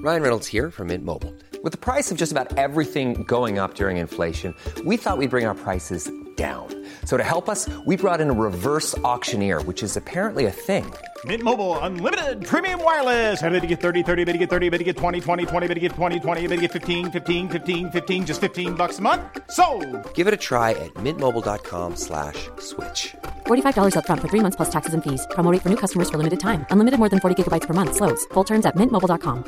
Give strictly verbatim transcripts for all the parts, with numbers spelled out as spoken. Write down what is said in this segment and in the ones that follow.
Ryan Reynolds here from Mint Mobile. With the price of just about everything going up during inflation, we thought we'd bring our prices down. So to help us, we brought in a reverse auctioneer, which is apparently a thing. Mint Mobile Unlimited Premium Wireless. How to get thirty, thirty, how to get thirty, how to get twenty, twenty, twenty, how to get twenty, twenty, how to get fifteen, fifteen, fifteen, fifteen, just fifteen bucks a month? Sold! Give it a try at mintmobile.com slash switch. forty-five dollars up front for three months plus taxes and fees. Promo rate for new customers for limited time. Unlimited more than forty gigabytes per month. Slows full terms at mint mobile dot com.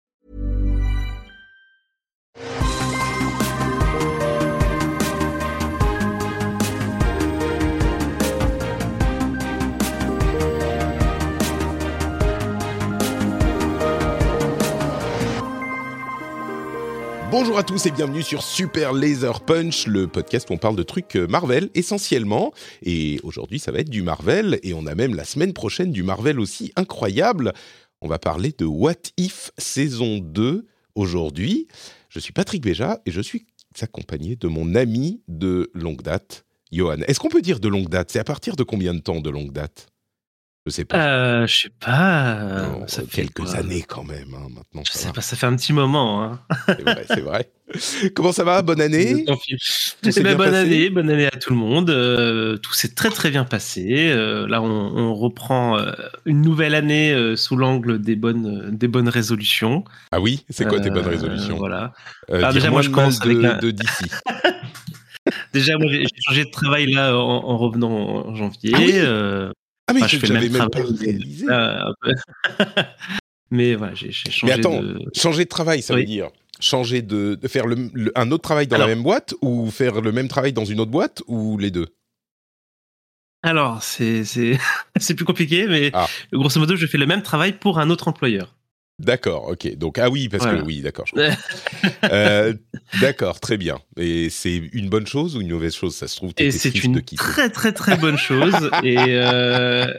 Bonjour à tous et bienvenue sur Super Laser Punch, le podcast où on parle de trucs Marvel essentiellement. Et aujourd'hui, ça va être du Marvel et on a même la semaine prochaine du Marvel aussi incroyable. On va parler de What If saison deux aujourd'hui. Je suis Patrick Béja et je suis accompagné de mon ami de longue date, Johan. Est-ce qu'on peut dire de longue date ? C'est à partir de combien de temps de longue date ? Je sais pas. Euh, je sais pas. Non, ça quelques fait, années quand même. Hein, maintenant, je ça sais va. pas, ça fait un petit moment. Hein. C'est vrai, c'est vrai. Comment ça va ? Bonne année ? Eh ben, bonne année, bonne année à tout le monde. Euh, tout s'est très très bien passé. Euh, là, on, on reprend euh, une nouvelle année euh, sous l'angle des bonnes des bonnes résolutions. Ah oui, c'est quoi tes bonnes Euh, résolutions ? Voilà. Euh, Alors, dire déjà, moins moi, je de mal commence de, avec un- de D C. Déjà, moi, j'ai j'ai changé de travail là en, en revenant en janvier. Ah oui Euh, Ah mais enfin, je, je fais le j'avais même même pas travail. réalisé. Là, un peu. Mais voilà, j'ai, j'ai changé Mais attends, de. changer de travail, ça Oui. veut dire changer de, de faire le, le- un autre travail dans Alors- la même boîte ou faire le même travail dans une autre boîte ou les deux ? Alors, c'est, c'est, c'est plus compliqué, mais Ah. grosso modo, je fais le même travail pour un autre employeur. D'accord, ok. Donc ah oui, parce Voilà. que oui, d'accord. Je comprends. euh, d'accord, très bien. Et c'est une bonne chose ou une mauvaise chose ? Ça se trouve, Et t'étais c'est triste de une quitter. très très très bonne chose. Et euh...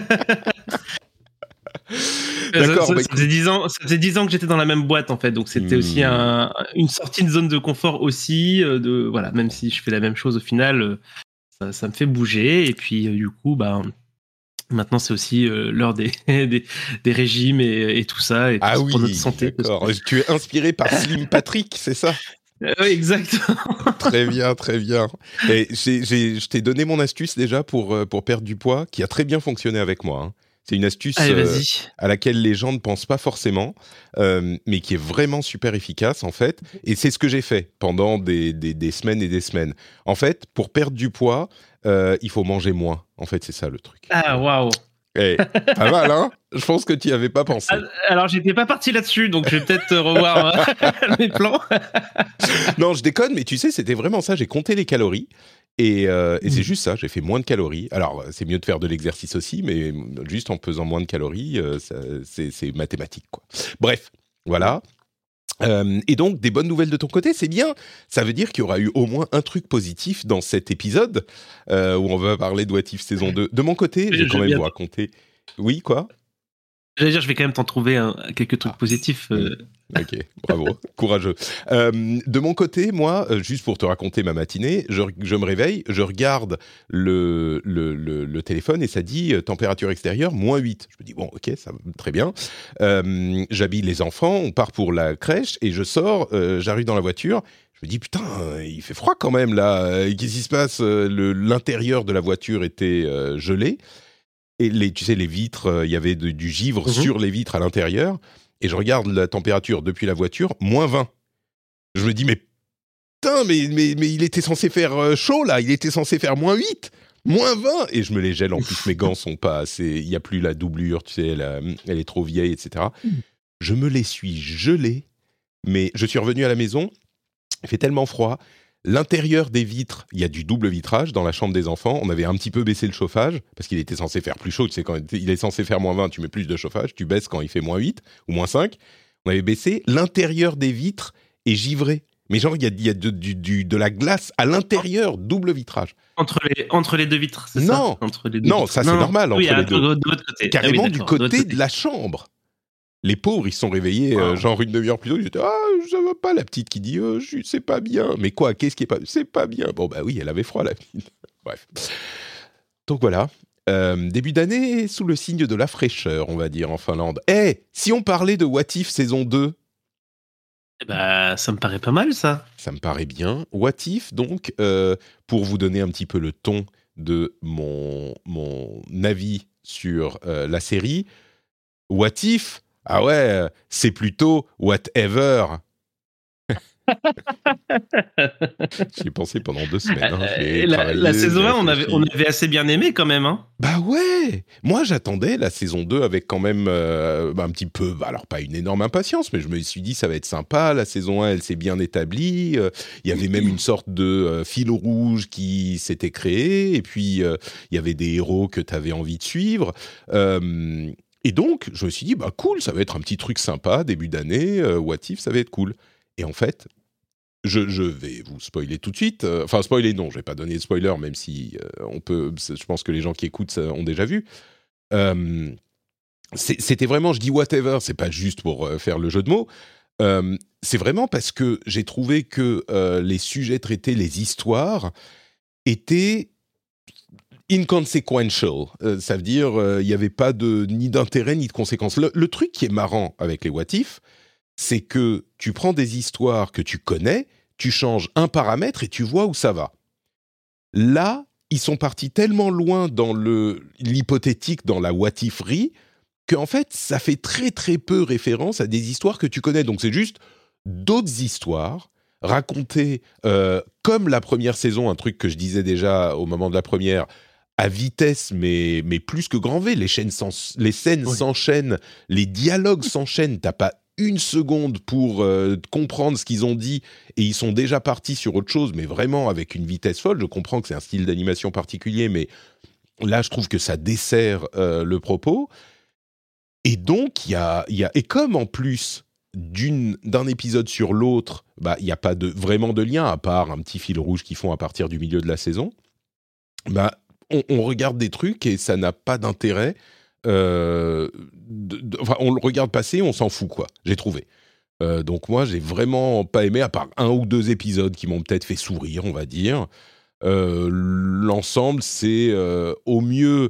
D'accord, ça, bah, ça, ça faisait dix ans, ça faisait dix ans que j'étais dans la même boîte en fait, donc c'était Hmm. aussi un, une sortie de zone de confort aussi. euh, De voilà, même si je fais la même chose au final, euh, ça, ça me fait bouger. Et puis euh, du coup, bah maintenant c'est aussi euh, l'heure des, des des régimes et, et tout ça, et tout Ah ça oui, pour notre santé. d'accord. Tu es inspiré par Slim Patrick, c'est ça ? Euh, oui, exactement. Très bien, très bien. Et j'ai, j'ai, je t'ai donné mon astuce déjà pour, euh, pour perdre du poids, qui a très bien fonctionné avec moi. Hein. C'est une astuce Allez, euh, vas-y. à laquelle les gens ne pensent pas forcément, euh, mais qui est vraiment super efficace en fait. Et c'est ce que j'ai fait pendant des, des, des semaines et des semaines. En fait, pour perdre du poids, euh, il faut manger moins. En fait, c'est ça le truc. Ah waouh. Eh, pas mal, hein ? Je pense que tu n'y avais pas pensé. Alors j'étais pas parti là-dessus, donc je vais peut-être revoir euh, mes plans. Non, je déconne, mais tu sais, c'était vraiment ça. J'ai compté les calories et, euh, et c'est Mm. juste ça. J'ai fait moins de calories. Alors, c'est mieux de faire de l'exercice aussi, mais juste en pesant moins de calories, euh, ça, c'est, c'est mathématique, quoi. Bref, voilà. Euh, et donc, des bonnes nouvelles de ton côté, c'est bien. Ça veut dire qu'il y aura eu au moins un truc positif dans cet épisode euh, où on va parler de What If saison deux. De mon côté, je vais Je quand même viens- vous raconter. Oui, quoi ? J'allais dire, je vais quand même t'en trouver un, quelques trucs Ah. positifs. euh. Ok, bravo, courageux. Euh, de mon côté, moi, euh, juste pour te raconter ma matinée, je, je me réveille, je regarde le, le, le, le téléphone et ça dit euh, température extérieure, moins huit. Je me dis, bon, ok, ça va très bien. Euh, j'habille les enfants, on part pour la crèche et je sors, euh, j'arrive dans la voiture. Je me dis, putain, euh, il fait froid quand même là. Euh, Qu'est-ce qui se passe ? Euh, le, L'intérieur de la voiture était euh, gelé. Et les, tu sais, les vitres, euh, il y avait de- du givre Mhm. sur les vitres à l'intérieur. Et je regarde la température depuis la voiture, moins vingt. Je me dis, mais putain, mais, mais, mais il était censé faire euh, chaud là, il était censé faire moins huit, moins vingt. Et je me les gèle, en plus mes gants sont pas assez, il n'y a plus la doublure, tu sais, elle, a- elle est trop vieille, et cetera. Je me les suis gelés, mais je suis revenu à la maison, il fait tellement froid. L'intérieur des vitres, il y a du double vitrage dans la chambre des enfants. On avait un petit peu baissé le chauffage parce qu'il était censé faire plus chaud. Tu sais, quand il est censé faire moins vingt, tu mets plus de chauffage. Tu baisses quand il fait moins huit ou moins cinq. On avait baissé. L'intérieur des vitres est givré. Mais genre, il y a, il y a de, du, du, de la glace à l'intérieur, double vitrage. Entre les, entre les deux vitres, c'est Non. ça entre les deux Non, vitres. ça, c'est normal, Oui, entre les de, deux. de votre côté. Carrément Ah oui, du d'accord, de côté votre de la chambre. Les pauvres, ils se sont réveillés Wow. euh, genre une demi-heure plus tôt. Ils étaient, ah, ça va pas, la petite qui dit, euh, je- c'est pas bien. Mais quoi, qu'est-ce qui est pas, c'est pas bien. Bon, bah oui, elle avait froid, la petite. Bref. Donc voilà. Euh, début d'année sous le signe de la fraîcheur, on va dire, en Finlande. Eh, hey, si on parlait de What If saison deux? Eh ben, ça me paraît pas mal, ça. Ça me paraît bien. What If, donc, euh, pour vous donner un petit peu le ton de mon, mon avis sur euh, la série, What If, ah ouais, c'est plutôt whatever. J'y ai pensé pendant deux semaines. Hein. Euh, la, la saison un, on avait, on avait assez bien aimé quand même. Hein. Bah ouais. Moi, j'attendais la saison deux avec quand même euh, un petit peu, alors pas une énorme impatience, mais je me suis dit ça va être sympa. La saison un, elle s'est bien établie. Il euh, y avait même une sorte de euh, fil rouge qui s'était créé. Et puis, il euh, y avait des héros que tu avais envie de suivre. Euh, et donc, je me suis dit, bah cool, ça va être un petit truc sympa, début d'année. Euh, What If, ça va être cool. Et en fait... Je, je vais vous spoiler tout de suite. Enfin, spoiler, non, je ne vais pas donner de spoiler, même si euh, on peut. Je pense que les gens qui écoutent ça ont déjà vu. Euh, c'était vraiment, je dis whatever, c'est pas juste pour euh, faire le jeu de mots. Euh, c'est vraiment parce que j'ai trouvé que euh, les sujets traités, les histoires, étaient inconsequential. Euh, ça veut dire il n'y avait pas de, ni d'intérêt ni de conséquences. Le, le truc qui est marrant avec les what if, c'est que tu prends des histoires que tu connais, tu changes un paramètre et tu vois où ça va. Là, ils sont partis tellement loin dans le, l'hypothétique, dans la what-if-rie, qu'en fait, ça fait très très peu référence à des histoires que tu connais. Donc c'est juste d'autres histoires racontées euh, comme la première saison, un truc que je disais déjà au moment de la première, à vitesse, mais, mais plus que grand V. Les, chaînes les scènes oui. s'enchaînent, les dialogues s'enchaînent, t'as pas une seconde pour euh, comprendre ce qu'ils ont dit et ils sont déjà partis sur autre chose, mais vraiment avec une vitesse folle. Je comprends que c'est un style d'animation particulier, mais là, je trouve que ça dessert euh, le propos. Et donc, il y a, y a... Et comme en plus, d'une, d'un épisode sur l'autre, bah, il n'y a pas de, vraiment de lien, à part un petit fil rouge qu'ils font à partir du milieu de la saison, bah, on, on regarde des trucs et ça n'a pas d'intérêt. Euh, de, de, enfin, on le regarde passer, on s'en fout, quoi. J'ai trouvé. Euh, donc moi, j'ai vraiment pas aimé, à part un ou deux épisodes qui m'ont peut-être fait sourire, on va dire. Euh, l'ensemble, c'est euh, au mieux,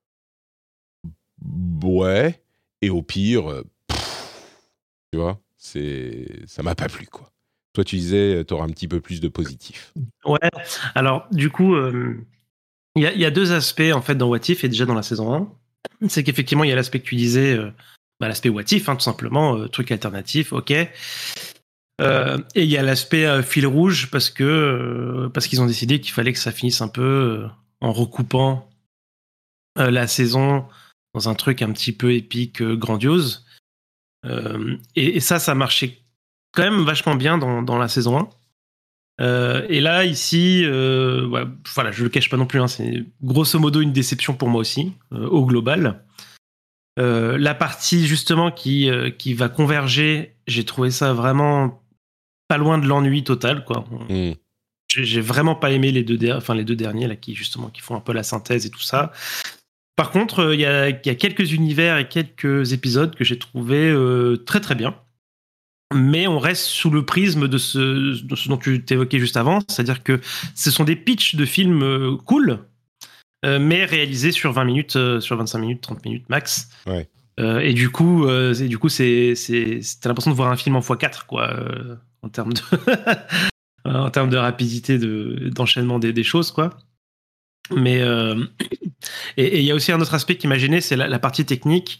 ouais, et au pire, euh, pff, tu vois, c'est, ça m'a pas plu, quoi. Toi, tu disais, t'auras un petit peu plus de positif. Ouais. Alors, du coup, il euh, y, y a deux aspects en fait dans What If et déjà dans la saison un. C'est qu'effectivement, il y a l'aspect que tu disais, euh, bah, l'aspect what if, hein, tout simplement, euh, truc alternatif, ok. Euh, et il y a l'aspect euh, fil rouge parce que euh, parce qu'ils ont décidé qu'il fallait que ça finisse un peu euh, en recoupant euh, la saison dans un truc un petit peu épique, euh, grandiose. Euh, et, et ça, ça marchait quand même vachement bien dans, dans la saison un. Euh, et là, ici, euh, ouais, voilà, je le cache pas non plus, hein, c'est grosso modo une déception pour moi aussi, euh, au global. Euh, la partie justement qui, euh, qui va converger, j'ai trouvé ça vraiment pas loin de l'ennui total, quoi. Mm. J'ai, j'ai vraiment pas aimé les deux, der- enfin, les deux derniers là, qui justement qui font un peu la synthèse et tout ça. Par contre, il euh, y, y a quelques univers et quelques épisodes que j'ai trouvé euh, très très bien. Mais on reste sous le prisme de ce, de ce dont tu t'évoquais juste avant, c'est-à-dire que ce sont des pitchs de films euh, cool, euh, mais réalisés sur vingt minutes, euh, sur vingt-cinq minutes, trente minutes max. Ouais. Euh, et du coup, euh, et du coup, c'est, c'est, c'est, t'as l'impression de voir un film en fois quatre, quoi, euh, en termes de, en termes de rapidité de, d'enchaînement des, des choses, quoi. Mais euh, et il y a aussi un autre aspect qui m'a gêné, c'est la, la partie technique.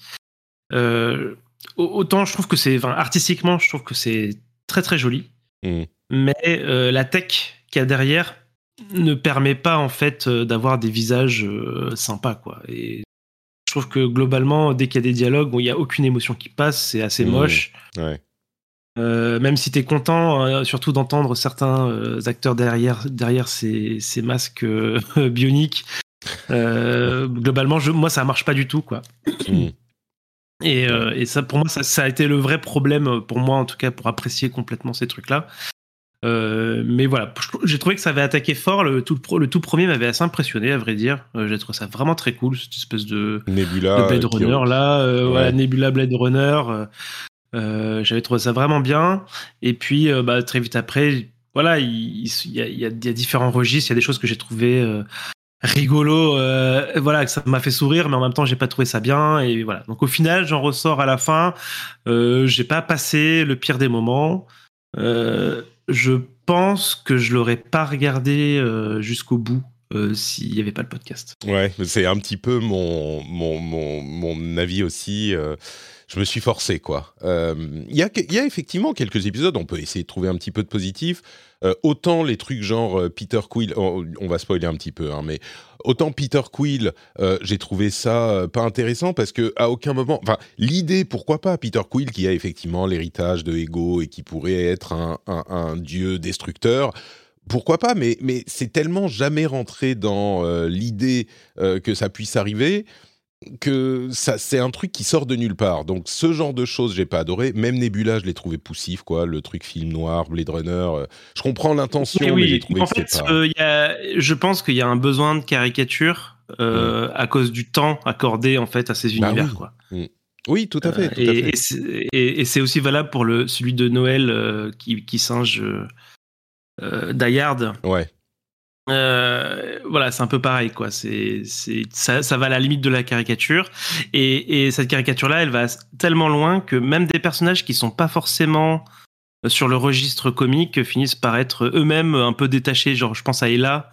Euh, Autant je trouve que c'est, enfin, artistiquement, je trouve que c'est très très joli, mmh. mais euh, la tech qu'il y a derrière ne permet pas en fait euh, d'avoir des visages euh, sympas, quoi. Et je trouve que globalement, dès qu'il y a des dialogues où il y a aucune émotion qui passe, c'est assez mmh. moche. Ouais. Euh, même si t'es content, euh, surtout d'entendre certains euh, acteurs derrière derrière ces, ces masques euh, bioniques, euh, globalement, je, moi ça marche pas du tout, quoi. Mmh. Et, euh, et ça, pour moi, ça, ça a été le vrai problème, pour moi en tout cas, pour apprécier complètement ces trucs-là. Euh, mais voilà, j'ai trouvé que ça avait attaqué fort. Le tout, le tout premier m'avait assez impressionné, à vrai dire. Euh, j'ai trouvé ça vraiment très cool, cette espèce de, Nebula, de Blade euh, Runner qui... là, euh, ouais. voilà, Nebula Blade Runner. Euh, euh, j'avais trouvé ça vraiment bien. Et puis, euh, bah, très vite après, voilà, il, il, y a, il, y a, il y a différents registres. Il y a des choses que j'ai trouvées euh, rigolo, euh, voilà, que ça m'a fait sourire, mais en même temps, j'ai pas trouvé ça bien. Et voilà. Donc au final, j'en ressors à la fin. Euh, j'ai pas passé le pire des moments. Euh, je pense que je l'aurais pas regardé euh, jusqu'au bout euh, s'il y avait pas le podcast. Ouais, c'est un petit peu mon mon mon, mon avis aussi. Euh, je me suis forcé, quoi. Il euh, y a il y a effectivement quelques épisodes. On peut essayer de trouver un petit peu de positif. Euh, autant les trucs genre euh, Peter Quill, oh, on va spoiler un petit peu, hein, mais autant Peter Quill, euh, j'ai trouvé ça euh, pas intéressant parce que à aucun moment, enfin l'idée, pourquoi pas Peter Quill qui a effectivement l'héritage de Ego et qui pourrait être un, un, un dieu destructeur. Pourquoi pas, mais, mais c'est tellement jamais rentré dans euh, l'idée euh, que ça puisse arriver que ça, c'est un truc qui sort de nulle part. Donc ce genre de choses, j'ai pas adoré. Même Nebula, je l'ai trouvé poussif, quoi. Le truc film noir, Blade Runner. Euh, je comprends l'intention, mais, mais, oui, mais j'ai trouvé en que fait, c'est pas... euh, y a, je pense qu'il y a un besoin de caricature euh, mmh. à cause du temps accordé en fait à ces univers, bah oui. quoi. Mmh. Oui, tout à fait. Tout et, à fait. Et, c'est, et, et c'est aussi valable pour le, celui de Noël euh, qui, qui singe euh, Die Hard. Ouais. Euh, voilà, c'est un peu pareil, quoi. C'est, c'est, ça, ça va à la limite de la caricature. Et, et cette caricature-là, elle va tellement loin que même des personnages qui sont pas forcément sur le registre comique finissent par être eux-mêmes un peu détachés. Genre, je pense à Ella.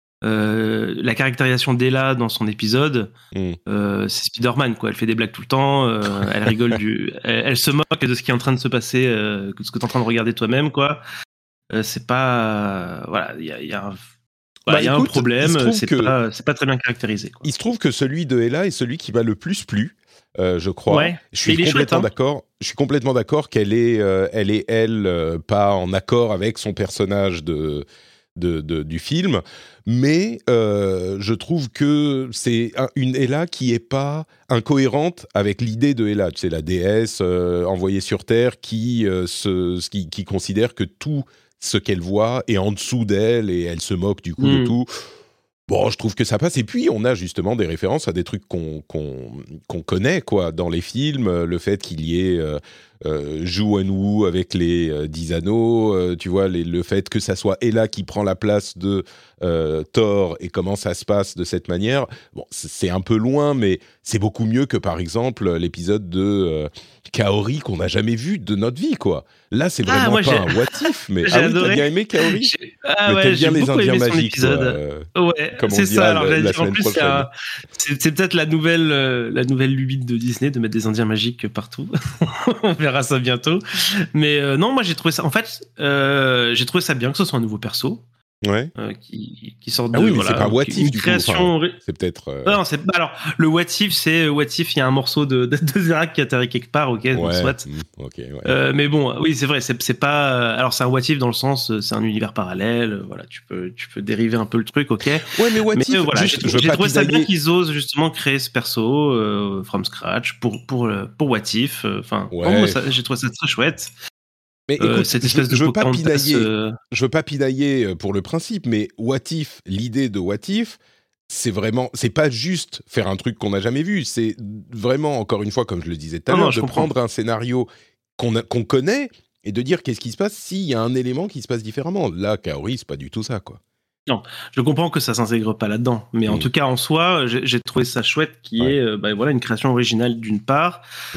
Euh, la caractérisation d'Ella dans son épisode, mm. euh, c'est Spider-Man, quoi. Elle fait des blagues tout le temps, euh, elle rigole du, elle, elle se moque de ce qui est en train de se passer, euh, de ce que t'es en train de regarder toi-même, quoi. Euh, c'est pas, euh, voilà, il y a, y a un, voilà, bah, y a écoute, un problème. C'est que... pas, c'est pas très bien caractérisé, quoi. Il se trouve que celui de Ella est celui qui m'a le plus plu. Euh, je crois. Ouais, je suis complètement chouette, hein. d'accord. Je suis complètement d'accord qu'elle est, euh, elle est elle, euh, pas en accord avec son personnage de, de, de du film, mais euh, je trouve que c'est un, une Ella qui est pas incohérente avec l'idée de Ella. Tu sais, la déesse euh, envoyée sur Terre qui euh, se, qui, qui considère que tout ce qu'elle voit est en dessous d'elle et elle se moque du coup mmh. de tout. Bon, je trouve que ça passe. Et puis, on a justement des références à des trucs qu'on, qu'on, qu'on connaît, quoi, dans les films. Le fait qu'il y ait euh, euh, Zhu Wenwu avec les euh, dix anneaux, euh, tu vois, les, le fait que ça soit Ella qui prend la place de euh, Thor et comment ça se passe de cette manière. Bon, c'est un peu loin, mais c'est beaucoup mieux que, par exemple, l'épisode de euh, Kaori qu'on n'a jamais vu de notre vie, quoi. Là, c'est vraiment ah, moi, pas j'ai... un what if, mais ah oui, t'as bien aimé Kaori. J'ai... Ah mais ouais, t'aimes bien les Indiens magiques, quoi. Euh, ouais, c'est ça. Alors, j'allais dire en plus, c'est, un... c'est, c'est peut-être la nouvelle, euh, la nouvelle lubie de Disney de mettre des Indiens magiques partout. On verra ça bientôt. Mais euh, non, moi j'ai trouvé ça. En fait, euh, j'ai trouvé ça bien que ce soit un nouveau perso. Ouais. Euh, qui, qui sort de. Ah oui, mais voilà, c'est pas what if du création... coup. Enfin, c'est peut-être. Euh... Non, c'est alors le what if, c'est what if. Il y a un morceau de de, de Zerak qui atterrit quelque part, ok, ouais, donc soit. Mmh, ok. Ouais. Euh, mais bon, oui, c'est vrai, c'est c'est pas. Alors c'est un what if dans le sens, c'est un univers parallèle. Voilà, tu peux tu peux dériver un peu le truc, ok. Ouais, mais what mais, if. Voilà, juste, j'ai, je j'ai trouvé ça bien qu'ils osent justement créer ce perso euh, from scratch pour pour pour what if. Enfin, euh, ouais. ça, j'ai trouvé ça très chouette. Mais écoute, euh, cette espèce je, de je veux pas pinailler, euh... je veux pas pinailler pour le principe, mais what if, l'idée de what if, c'est vraiment, c'est pas juste faire un truc qu'on n'a jamais vu, c'est vraiment, encore une fois, comme je le disais tout à l'heure, de comprends. prendre un scénario qu'on, a, qu'on connaît et de dire qu'est-ce qui se passe s'il y a un élément qui se passe différemment. Là, Kaori, c'est pas du tout ça, quoi. Non, je comprends que ça s'intègre pas là-dedans, mais mmh. en tout cas en soi, j'ai, j'ai trouvé ça chouette qui ouais. est, euh, bah, voilà, une création originale d'une part, mmh.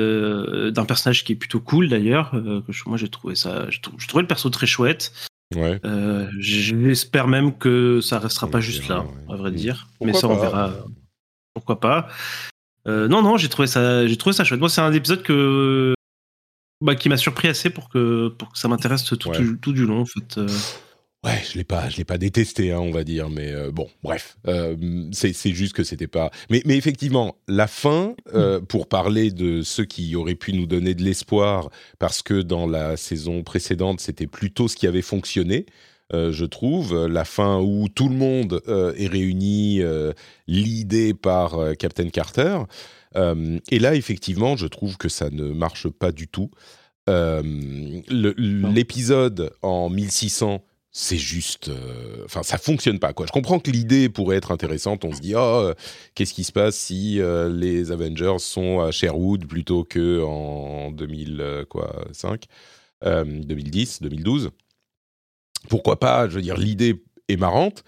euh, d'un personnage qui est plutôt cool d'ailleurs. Euh, que je, moi, j'ai trouvé ça, j'ai trouvé, j'ai trouvé le perso très chouette. Ouais. Euh, j'espère même que ça restera pas juste là, ouais. à vrai dire. Pourquoi mais ça, on pas. verra. Pourquoi pas. Euh, non, non, j'ai trouvé ça, j'ai trouvé ça chouette. Moi, c'est un épisode que, bah, qui m'a surpris assez pour que, pour que ça m'intéresse tout, ouais. tout, tout du long, en fait. Euh... Ouais, je l'ai pas, je l'ai pas détesté, hein, on va dire, mais euh, bon, bref, euh, c'est, c'est juste que c'était pas. Mais, mais effectivement, la fin, euh, pour parler de ceux qui auraient pu nous donner de l'espoir, parce que dans la saison précédente, c'était plutôt ce qui avait fonctionné. Euh, je trouve, la fin où tout le monde euh, est réuni, euh, l'idée par euh, Captain Carter. Euh, et là, effectivement, je trouve que ça ne marche pas du tout. Euh, le, l'épisode en mille six cents, c'est juste, enfin, euh, ça fonctionne pas, quoi. Je comprends que l'idée pourrait être intéressante. On se dit, oh, euh, qu'est-ce qui se passe si euh, les Avengers sont à Sherwood plutôt que en deux mille cinq, euh, deux mille dix, deux mille douze. Pourquoi pas? Je veux dire, l'idée est marrante.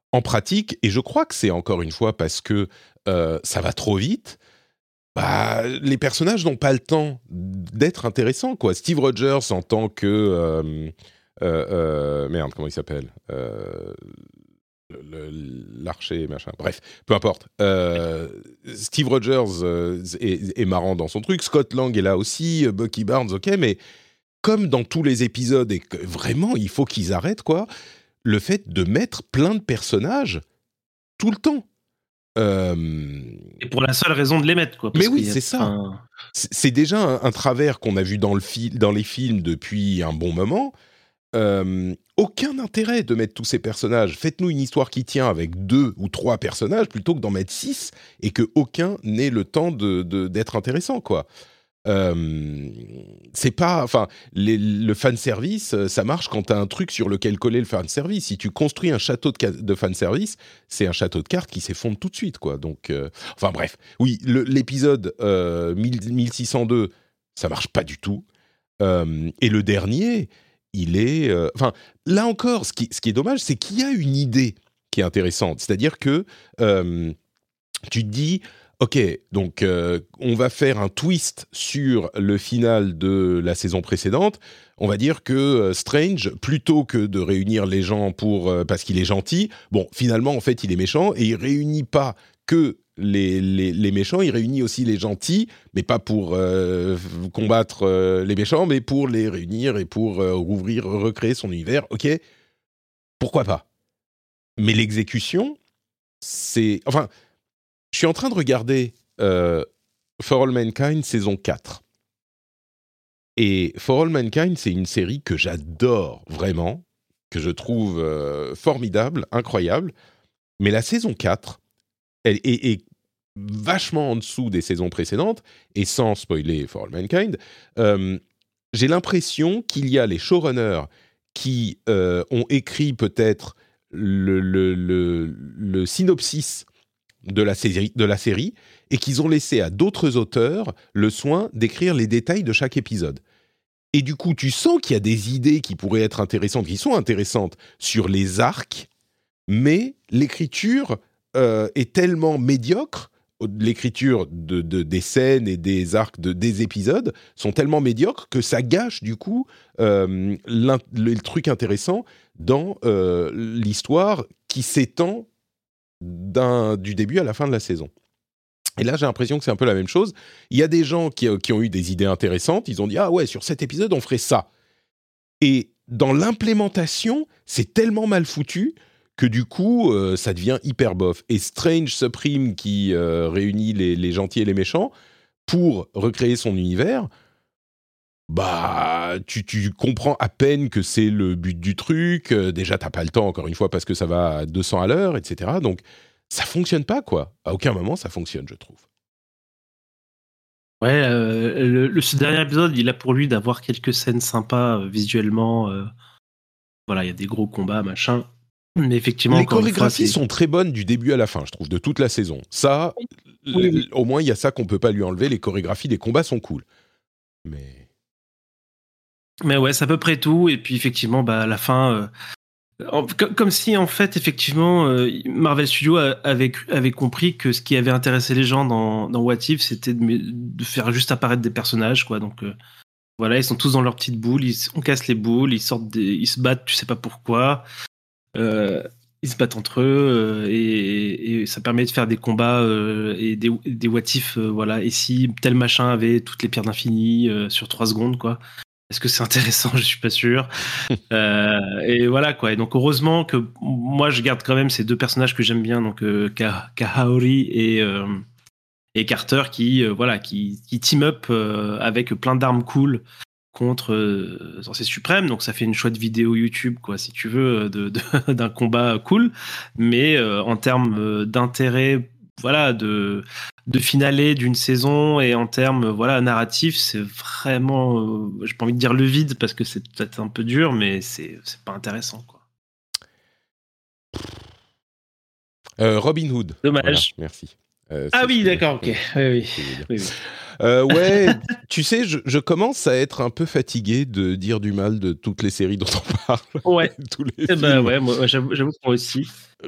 en pratique, et je crois que c'est encore une fois parce que euh, ça va trop vite, bah, les personnages n'ont pas le temps d'être intéressants, quoi. Steve Rogers en tant que... Euh, euh, euh, merde, comment il s'appelle euh, le, l'archer, machin. Bref, peu importe. Euh, Steve Rogers euh, est, est marrant dans son truc. Scott Lang est là aussi. Bucky Barnes, ok, mais comme dans tous les épisodes, et que vraiment, il faut qu'ils arrêtent, quoi, le fait de mettre plein de personnages tout le temps. Euh... Et pour la seule raison de les mettre, quoi. Mais oui, c'est ça. Un... C'est déjà un, un travers qu'on a vu dans, le fi- dans les films depuis un bon moment. Euh, aucun intérêt de mettre tous ces personnages. Faites-nous une histoire qui tient avec deux ou trois personnages plutôt que d'en mettre six et que aucun n'ait le temps de, de, d'être intéressant, quoi. Euh, c'est pas, enfin, les, le fanservice, ça marche quand t'as un truc sur lequel coller le fanservice. Si tu construis un château de, de fanservice, c'est un château de cartes qui s'effondre tout de suite, quoi. Donc, euh, enfin bref, oui, le, l'épisode euh, mille six cent deux, ça marche pas du tout. Euh, et le dernier, il est, euh, enfin, là encore, ce qui, ce qui est dommage, c'est qu'il y a une idée qui est intéressante. C'est-à-dire que euh, tu te dis. Ok, donc euh, on va faire un twist sur le final de la saison précédente. On va dire que euh, Strange, plutôt que de réunir les gens pour euh, parce qu'il est gentil, bon, finalement, en fait, il est méchant et il réunit pas que les, les, les méchants, il réunit aussi les gentils, mais pas pour euh, combattre euh, les méchants, mais pour les réunir et pour euh, rouvrir, recréer son univers. Ok, pourquoi pas ? Mais l'exécution, c'est... Enfin... Je suis en train de regarder euh, For All Mankind saison quatre. Et For All Mankind, c'est une série que j'adore vraiment, que je trouve euh, formidable, incroyable. Mais la saison quatre, elle est, est vachement en dessous des saisons précédentes. Et sans spoiler For All Mankind, euh, j'ai l'impression qu'il y a les showrunners qui euh, ont écrit peut-être le, le, le, le synopsis de la série, de la série et qu'ils ont laissé à d'autres auteurs le soin d'écrire les détails de chaque épisode. Et du coup, tu sens qu'il y a des idées qui pourraient être intéressantes, qui sont intéressantes sur les arcs, mais l'écriture euh, est tellement médiocre, l'écriture de, de, des scènes et des arcs de, des épisodes sont tellement médiocres que ça gâche du coup euh, le, le truc intéressant dans euh, l'histoire qui s'étend D'un, du début à la fin de la saison. Et là, j'ai l'impression que c'est un peu la même chose. Il y a des gens qui, qui ont eu des idées intéressantes. Ils ont dit « Ah ouais, sur cet épisode, on ferait ça. » Et dans l'implémentation, c'est tellement mal foutu que du coup, euh, ça devient hyper bof. Et Strange Supreme, qui euh, réunit les, les gentils et les méchants, pour recréer son univers... Bah, tu, tu comprends à peine que c'est le but du truc. Euh, déjà, t'as pas le temps, encore une fois, parce que ça va à deux cents à l'heure, et cetera. Donc, ça fonctionne pas, quoi. À aucun moment, ça fonctionne, je trouve. Ouais, euh, le, le, ce dernier épisode, il a pour lui d'avoir quelques scènes sympas euh, visuellement. Euh, voilà, il y a des gros combats, machin. Mais effectivement, les encore chorégraphies une fois, sont très bonnes du début à la fin, je trouve, de toute la saison. Ça, oui, oui. Au moins, il y a ça qu'on peut pas lui enlever. Les chorégraphies des combats sont cool. Mais... Mais ouais, c'est à peu près tout. Et puis effectivement, bah, à la fin, euh, en, comme, comme si en fait, effectivement, euh, Marvel Studios avait, avait compris que ce qui avait intéressé les gens dans, dans What If, c'était de, de faire juste apparaître des personnages, quoi. Donc euh, voilà, ils sont tous dans leur petite boule, ils, on casse les boules, ils sortent, des, ils se battent, tu sais pas pourquoi. Euh, ils se battent entre eux euh, et, et ça permet de faire des combats euh, et des, des What If, euh, voilà. Et si tel machin avait toutes les pierres d'infini euh, sur trois secondes, quoi. Est-ce que c'est intéressant ? Je suis pas sûr. euh, et voilà quoi. Et donc heureusement que moi je garde quand même ces deux personnages que j'aime bien, donc euh, Kaori et euh, et Carter qui euh, voilà qui, qui team up euh, avec plein d'armes cool contre euh, Sorcier Suprême. Donc ça fait une chouette vidéo YouTube quoi, si tu veux, de, de, d'un combat cool. Mais euh, en termes d'intérêt, voilà, de de finale d'une saison et en termes voilà narratifs, c'est vraiment euh, j'ai pas envie de dire le vide parce que c'est peut-être un peu dur, mais c'est c'est pas intéressant quoi. Euh, Robin Hood. Dommage. Voilà, merci. Euh, ah oui, d'accord, ok. Oui, oui. oui, oui. Euh, ouais, tu sais, je, je commence à être un peu fatigué de dire du mal de toutes les séries dont on parle. Ouais. Tous les Eh ben ouais, moi, j'avoue, j'avoue que moi aussi.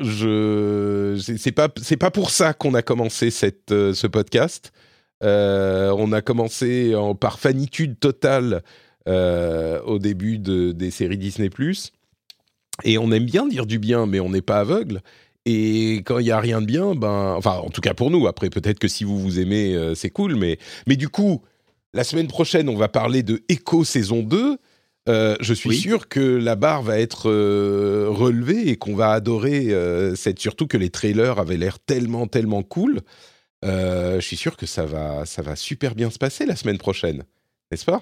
Je, c'est, c'est pas, c'est pas pour ça qu'on a commencé cette, euh, ce podcast. Euh, on a commencé en, par fanitude totale euh, au début de, des séries Disney plus. Et on aime bien dire du bien, mais on n'est pas aveugle. Et quand il n'y a rien de bien, ben, enfin, en tout cas pour nous, après peut-être que si vous vous aimez, euh, c'est cool, mais, mais du coup, la semaine prochaine, on va parler de Echo saison deux. Euh, je suis oui. sûr que la barre va être euh, relevée et qu'on va adorer euh, cette, surtout que les trailers avaient l'air tellement, tellement cool. Euh, je suis sûr que ça va, ça va super bien se passer la semaine prochaine, n'est-ce pas ?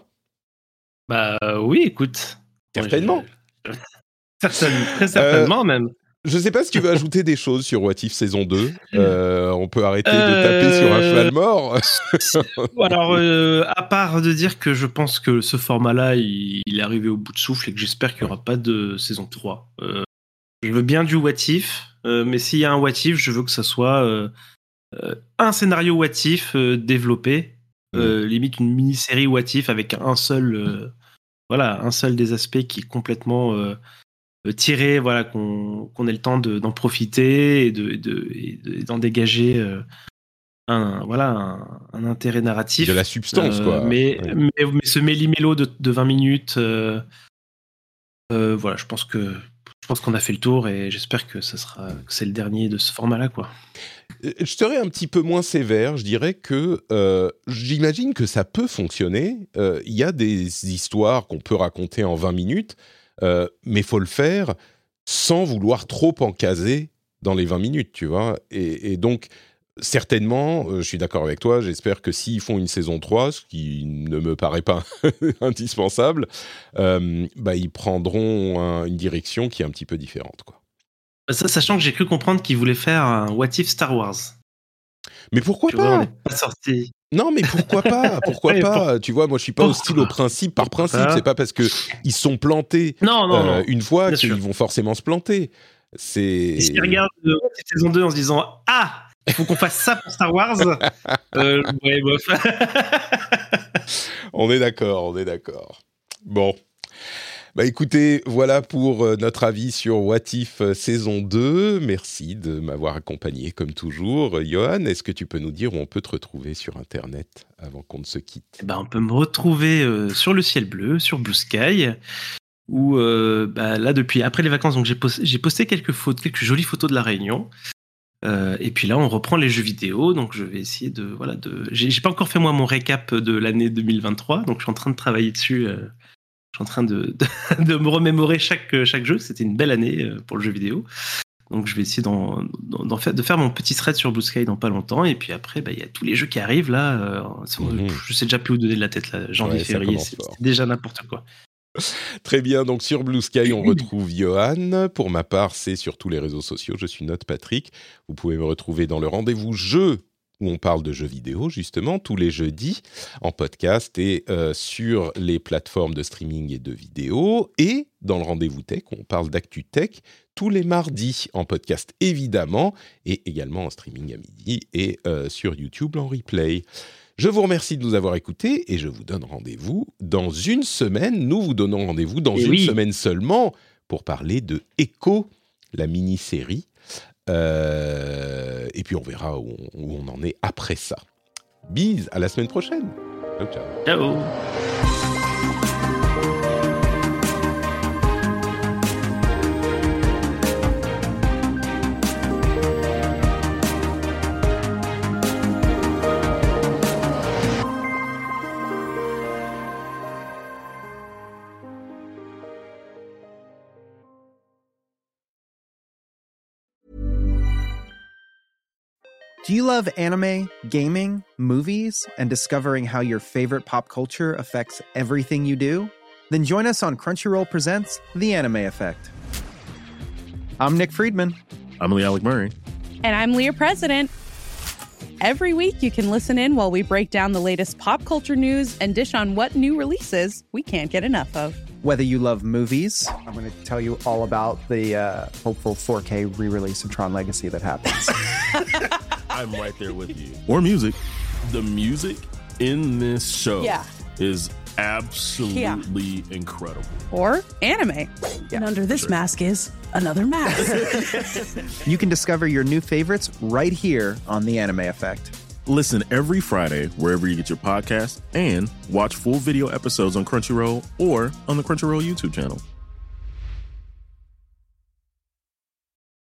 Bah oui, écoute. Certainement. Je... Certainement, très certainement euh... même. Je ne sais pas si tu veux ajouter des choses sur What If saison deux. Euh, on peut arrêter euh... de taper sur un cheval mort. Alors, euh, à part de dire que je pense que ce format-là, il, il est arrivé au bout de souffle et que j'espère qu'il n'y aura pas de saison trois. Euh, je veux bien du What If, euh, mais s'il y a un What If, je veux que ça soit euh, euh, un scénario What If euh, développé, euh, mmh. limite une mini-série What If avec un seul, euh, voilà, un seul des aspects qui est complètement... Euh, tirer, voilà, qu'on, qu'on ait le temps de, d'en profiter et, de, de, et, de, et d'en dégager euh, un, voilà, un, un intérêt narratif. De la substance, euh, quoi. Mais, oui. mais, mais ce méli-mélo de, de vingt minutes, euh, euh, voilà, je pense, que, je pense qu'on a fait le tour et j'espère que, ça sera, que c'est le dernier de ce format-là, quoi. Je serais un petit peu moins sévère, je dirais que euh, j'imagine que ça peut fonctionner. Il euh, y a des histoires qu'on peut raconter en vingt minutes, Euh, mais il faut le faire sans vouloir trop encaser dans les vingt minutes, tu vois. Et, et donc, certainement, euh, je suis d'accord avec toi, j'espère que s'ils font une saison trois, ce qui ne me paraît pas indispensable, euh, bah, ils prendront un, une direction qui est un petit peu différente, quoi. Ça, sachant que j'ai cru comprendre qu'ils voulaient faire un What If Star Wars. Mais pourquoi tu pas vois, on n'est pas sorti. Non, mais pourquoi pas Pourquoi ouais, pas pour... Tu vois, moi, je suis pas pourquoi hostile au principe par pourquoi principe. pas C'est pas parce que ils sont plantés non, non, euh, non. une fois Bien qu'ils sûr. vont forcément se planter. C'est. Et s'ils regardent euh, cette saison deux en se disant ah, il faut qu'on fasse ça pour Star Wars. euh, ouais, bof. On est d'accord, on est d'accord. Bon. Bah écoutez, voilà pour euh, notre avis sur What If euh, saison deux. Merci de m'avoir accompagné comme toujours. Johan, est-ce que tu peux nous dire où on peut te retrouver sur Internet avant qu'on ne se quitte ? Eh ben, on peut me retrouver euh, sur le ciel bleu, sur Blue Sky, où euh, bah, là, depuis après les vacances, donc, j'ai, posté, j'ai posté quelques, photos, quelques jolies photos de la Réunion. Euh, et puis là, on reprend les jeux vidéo, donc je vais essayer de... Voilà, de... J'ai, j'ai pas encore fait moi mon récap de l'année deux mille vingt-trois, donc je suis en train de travailler dessus... Euh... Je suis en train de, de, de me remémorer chaque, chaque jeu. C'était une belle année pour le jeu vidéo. Donc, je vais essayer d'en, d'en faire, de faire mon petit thread sur Blue Sky dans pas longtemps. Et puis après, bah, y a tous les jeux qui arrivent là. Euh, mmh. Je sais déjà plus où donner de la tête. Là. Janvier, ouais, février, c'est, c'est déjà n'importe quoi. Très bien. Donc, sur Blue Sky, on retrouve Johan. Pour ma part, c'est sur tous les réseaux sociaux. Je suis Note Patrick. Vous pouvez me retrouver dans le rendez-vous jeu, où on parle de jeux vidéo, justement, tous les jeudis, en podcast et euh, sur les plateformes de streaming et de vidéo. Et dans le rendez-vous tech, où on parle d'actu tech, tous les mardis, en podcast, évidemment, et également en streaming à midi et euh, sur YouTube en replay. Je vous remercie de nous avoir écoutés et je vous donne rendez-vous dans une semaine. Nous vous donnons rendez-vous dans et une oui. semaine seulement pour parler de Echo, la mini-série. Euh, et puis on verra où on, où on en est après ça. Bise, à la semaine prochaine. Ciao, ciao. Ciao. Do you love anime, gaming, movies, and discovering how your favorite pop culture affects everything you do? Then join us on Crunchyroll Presents The Anime Effect. I'm Nick Friedman. I'm Lee Alec Murray. And I'm Leah President. Every week you can listen in while we break down the latest pop culture news and dish on what new releases we can't get enough of. Whether you love movies, I'm going to tell you all about the uh, hopeful four K re-release of Tron Legacy that happens. I'm right there with you. Or music. The music in this show Yeah. is absolutely Yeah. incredible. Or anime. And under this Sure. mask is another mask. You can discover your new favorites right here on The Anime Effect. Listen every Friday wherever you get your podcasts and watch full video episodes on Crunchyroll or on the Crunchyroll YouTube channel.